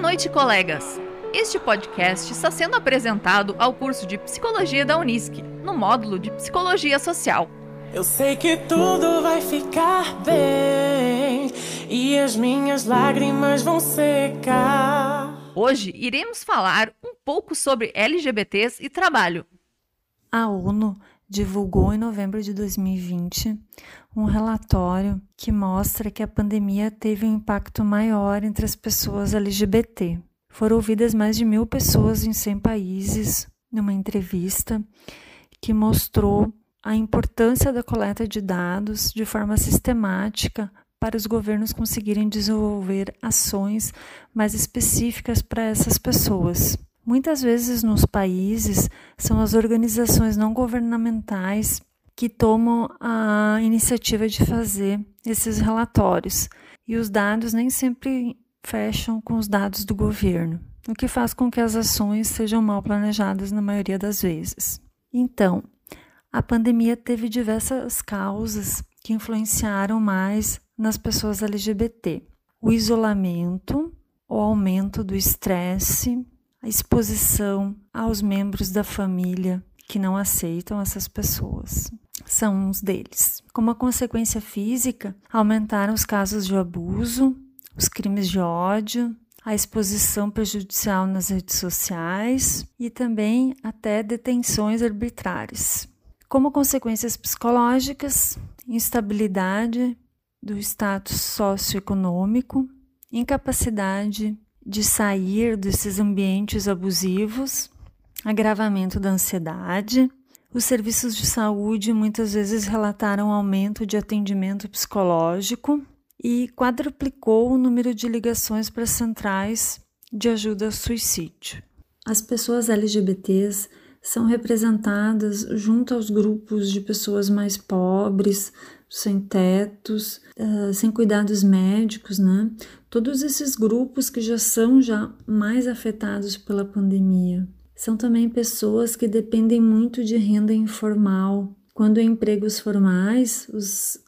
noite, colegas! Este podcast está sendo apresentado ao curso de Psicologia da Unisc, no módulo de Psicologia Social. Eu sei que tudo vai ficar bem e as minhas lágrimas vão secar. Hoje iremos falar um pouco sobre LGBTs e trabalho. A ONU divulgou em novembro de 2020 um relatório que mostra que a pandemia teve um impacto maior entre as pessoas LGBT. Foram ouvidas mais de 1.000 pessoas em 100 países numa entrevista que mostrou a importância da coleta de dados de forma sistemática para os governos conseguirem desenvolver ações mais específicas para essas pessoas. Muitas vezes nos países são as organizações não governamentais que tomam a iniciativa de fazer esses relatórios e os dados nem sempre fecham com os dados do governo, o que faz com que as ações sejam mal planejadas na maioria das vezes. Então, a pandemia teve diversas causas que influenciaram mais nas pessoas LGBT. O isolamento, o aumento do estresse, a exposição aos membros da família que não aceitam essas pessoas são uns deles. Como a consequência física, aumentaram os casos de abuso, os crimes de ódio, a exposição prejudicial nas redes sociais e também até detenções arbitrárias. Como consequências psicológicas, instabilidade do status socioeconômico, incapacidade de sair desses ambientes abusivos, agravamento da ansiedade. Os serviços de saúde muitas vezes relataram aumento de atendimento psicológico e quadruplicou o número de ligações para centrais de ajuda ao suicídio. As pessoas LGBTs são representadas junto aos grupos de pessoas mais pobres, sem tetos, sem cuidados médicos, né? Todos esses grupos que já são mais afetados pela pandemia. São também pessoas que dependem muito de renda informal. Quando em empregos formais, os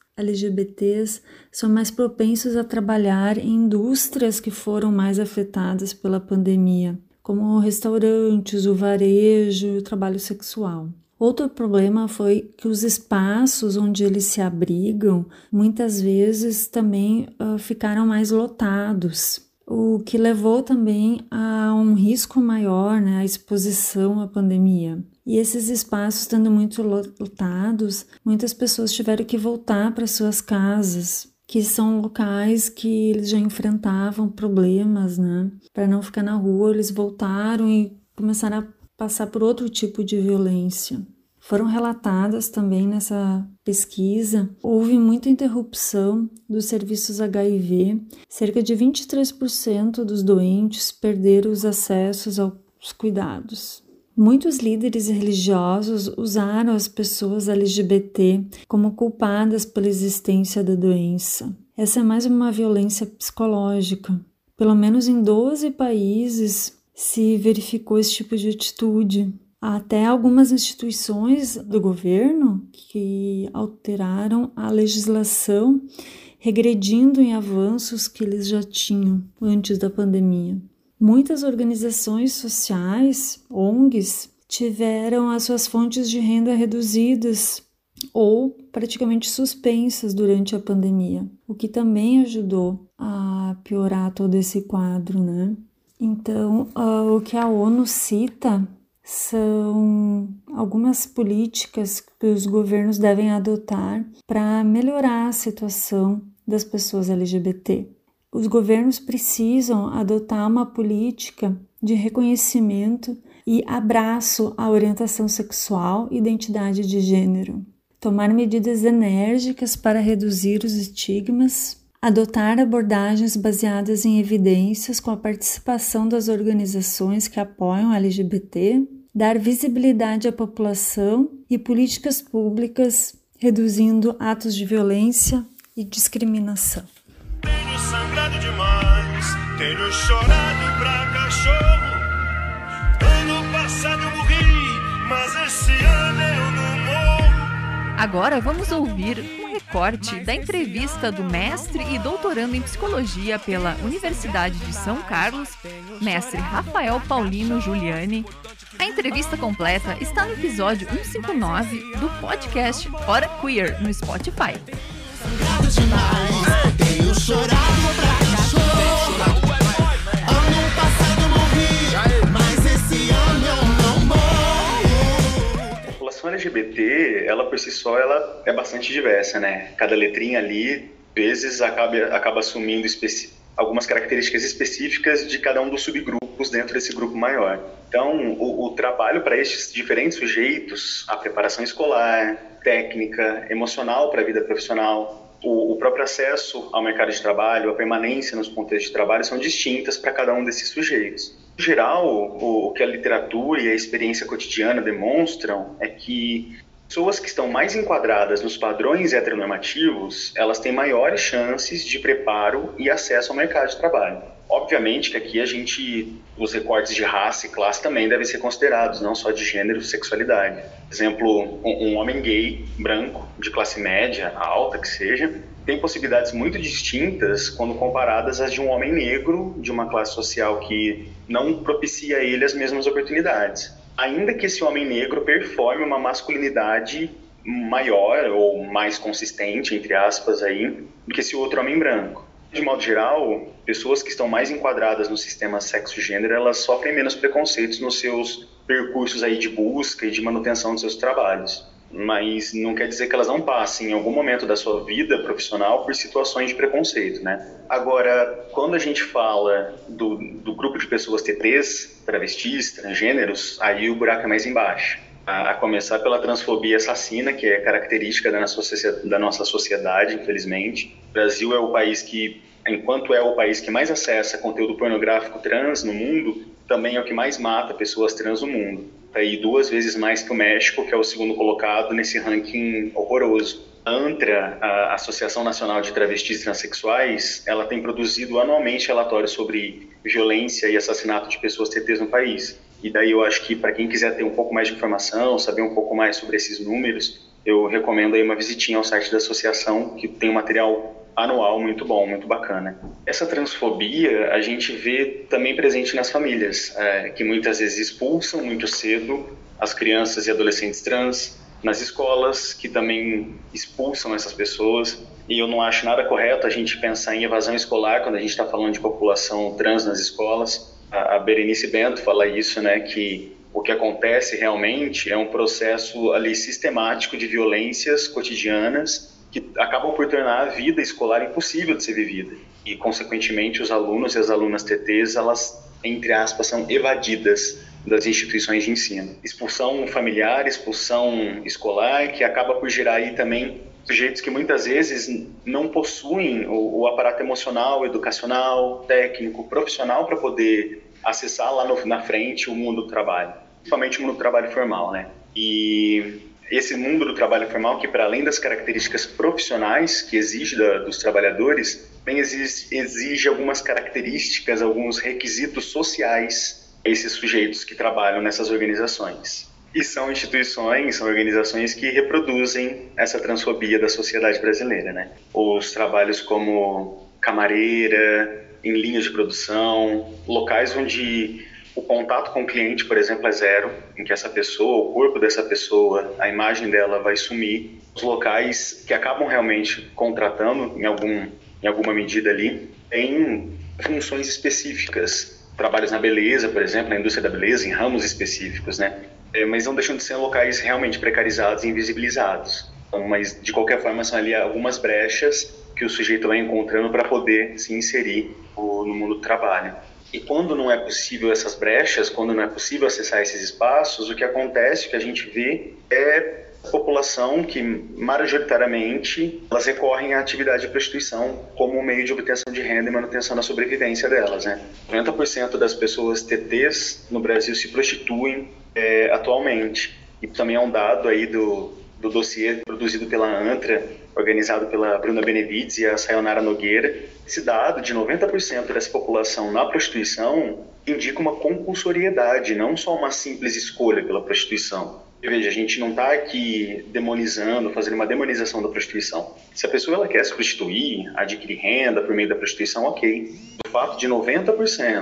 LGBTs são mais propensos a trabalhar em indústrias que foram mais afetadas pela pandemia, como restaurantes, o varejo e o trabalho sexual. Outro problema foi que os espaços onde eles se abrigam muitas vezes também ficaram mais lotados, o que levou também a um risco maior, né, a exposição à pandemia. E esses espaços estando muito lotados, muitas pessoas tiveram que voltar para suas casas, que são locais que eles já enfrentavam problemas, né? Para não ficar na rua, eles voltaram e começaram a passar por outro tipo de violência. Foram relatadas também nessa pesquisa, houve muita interrupção dos serviços HIV, cerca de 23% dos doentes perderam os acessos aos cuidados. Muitos líderes religiosos usaram as pessoas LGBT como culpadas pela existência da doença. Essa é mais uma violência psicológica. Pelo menos em 12 países se verificou esse tipo de atitude. Há até algumas instituições do governo que alteraram a legislação, regredindo em avanços que eles já tinham antes da pandemia. Muitas organizações sociais, ONGs, tiveram as suas fontes de renda reduzidas ou praticamente suspensas durante a pandemia, o que também ajudou a piorar todo esse quadro, né? Então, o que a ONU cita são algumas políticas que os governos devem adotar para melhorar a situação das pessoas LGBT. Os governos precisam adotar uma política de reconhecimento e abraço à orientação sexual e identidade de gênero, tomar medidas enérgicas para reduzir os estigmas, adotar abordagens baseadas em evidências com a participação das organizações que apoiam a LGBT, dar visibilidade à população e políticas públicas reduzindo atos de violência e discriminação. Tenho sangrado demais, tenho chorado pra cachorro. Ano passado eu morri, mas esse ano eu não morro. Agora vamos ouvir um recorte da entrevista do mestre e doutorando em psicologia pela Universidade de São Carlos, mestre Rafael Paulino Giuliani. A entrevista completa está no episódio 159 do podcast Hora Queer no Spotify. Tenho chorado pra cachorro. Ano passado morri, mas esse ano eu não morro. A população LGBT, ela por si só, ela é bastante diversa, né? Cada letrinha ali, às vezes, acaba assumindo algumas características específicas de cada um dos subgrupos dentro desse grupo maior. Então, o trabalho para estes diferentes sujeitos, a preparação escolar, técnica, emocional para a vida profissional, o próprio acesso ao mercado de trabalho, a permanência nos contextos de trabalho são distintas para cada um desses sujeitos. Em geral, o que a literatura e a experiência cotidiana demonstram é que pessoas que estão mais enquadradas nos padrões heteronormativos, elas têm maiores chances de preparo e acesso ao mercado de trabalho. Obviamente que aqui os recortes de raça e classe também devem ser considerados, não só de gênero e sexualidade. Por exemplo, um homem gay, branco, de classe média, alta que seja, tem possibilidades muito distintas quando comparadas às de um homem negro, de uma classe social que não propicia a ele as mesmas oportunidades. Ainda que esse homem negro performe uma masculinidade maior ou mais consistente, entre aspas, aí, do que esse outro homem branco. De modo geral, pessoas que estão mais enquadradas no sistema sexo-gênero, elas sofrem menos preconceitos nos seus percursos aí de busca e de manutenção dos seus trabalhos. Mas não quer dizer que elas não passem em algum momento da sua vida profissional por situações de preconceito, né? Agora, quando a gente fala do grupo de pessoas TTs, travestis, transgêneros, aí o buraco é mais embaixo. A começar pela transfobia assassina, que é característica da nossa sociedade, infelizmente. O Brasil é o país que, enquanto é o país que mais acessa conteúdo pornográfico trans no mundo, também é o que mais mata pessoas trans no mundo. Aí 2 vezes mais que o México, que é o segundo colocado nesse ranking horroroso. A ANTRA, a Associação Nacional de Travestis e Transsexuais, ela tem produzido anualmente relatórios sobre violência e assassinato de pessoas TTs no país. E daí eu acho que para quem quiser ter um pouco mais de informação, saber um pouco mais sobre esses números, eu recomendo aí uma visitinha ao site da associação, que tem um material anual muito bom, muito bacana. Essa transfobia a gente vê também presente nas famílias, que muitas vezes expulsam muito cedo as crianças e adolescentes trans, nas escolas, que também expulsam essas pessoas. E eu não acho nada correto a gente pensar em evasão escolar quando a gente está falando de população trans nas escolas. A Berenice Bento fala isso, né, que o que acontece realmente é um processo ali sistemático de violências cotidianas que acabam por tornar a vida escolar impossível de ser vivida. E, consequentemente, os alunos e as alunas TTs, elas, entre aspas, são evadidas das instituições de ensino. Expulsão familiar, expulsão escolar, que acaba por gerar aí também sujeitos que muitas vezes não possuem o aparato emocional, educacional, técnico, profissional para poder acessar lá na frente o mundo do trabalho, principalmente o mundo do trabalho formal, né? E esse mundo do trabalho formal, que para além das características profissionais que exige dos trabalhadores, também exige algumas características, alguns requisitos sociais a esses sujeitos que trabalham nessas organizações. E são instituições, são organizações que reproduzem essa transfobia da sociedade brasileira, né? Os trabalhos como camareira, em linhas de produção, locais onde o contato com o cliente, por exemplo, é zero, em que essa pessoa, o corpo dessa pessoa, a imagem dela vai sumir. Os locais que acabam realmente contratando, em alguma medida ali, têm funções específicas. Trabalhos na beleza, por exemplo, na indústria da beleza, em ramos específicos, né? Mas não deixam de ser locais realmente precarizados e invisibilizados. Então, mas, de qualquer forma, são ali algumas brechas que o sujeito vai encontrando para poder se inserir no mundo do trabalho. E quando não é possível essas brechas, quando não é possível acessar esses espaços, o que acontece, o que a gente vê é a população que, majoritariamente, elas recorrem à atividade de prostituição como meio de obtenção de renda e manutenção da sobrevivência delas, né? 90% das pessoas TTs no Brasil se prostituem atualmente. E também é um dado aí do dossiê produzido pela ANTRA, organizado pela Bruna Benevides e a Sayonara Nogueira. Esse dado de 90% dessa população na prostituição indica uma compulsoriedade, não só uma simples escolha pela prostituição. E veja, a gente não está aqui demonizando, fazendo uma demonização da prostituição. Se a pessoa ela quer se prostituir, adquirir renda por meio da prostituição, ok. O fato de 90%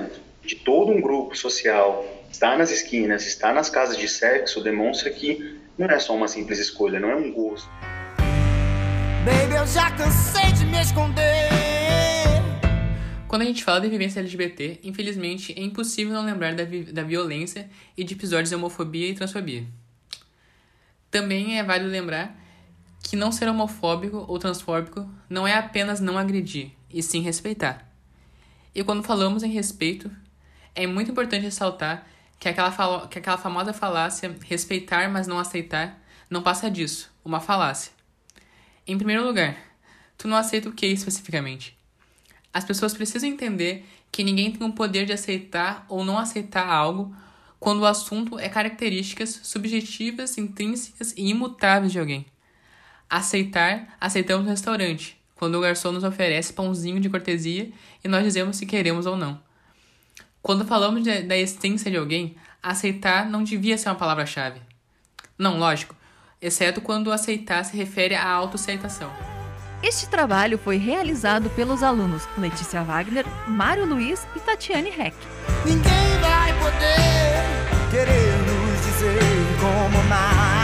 de todo um grupo social estar nas esquinas, estar nas casas de sexo, demonstra que não é só uma simples escolha, não é um gosto. Baby, eu já cansei de me esconder. Quando a gente fala de vivência LGBT, infelizmente é impossível não lembrar da violência e de episódios de homofobia e transfobia. Também é válido lembrar que não ser homofóbico ou transfóbico não é apenas não agredir, e sim respeitar. E quando falamos em respeito, é muito importante ressaltar que aquela famosa falácia respeitar, mas não aceitar, não passa disso, uma falácia. Em primeiro lugar, tu não aceita o que especificamente? As pessoas precisam entender que ninguém tem o poder de aceitar ou não aceitar algo quando o assunto é características subjetivas, intrínsecas e imutáveis de alguém. Aceitar, aceitamos no restaurante, quando o garçom nos oferece pãozinho de cortesia e nós dizemos se queremos ou não. Quando falamos da essência de alguém, aceitar não devia ser uma palavra-chave. Não, lógico, exceto quando aceitar se refere à autoaceitação. Este trabalho foi realizado pelos alunos Letícia Wagner, Mário Luiz e Tatiane Heck. Ninguém vai poder querer nos dizer como mais.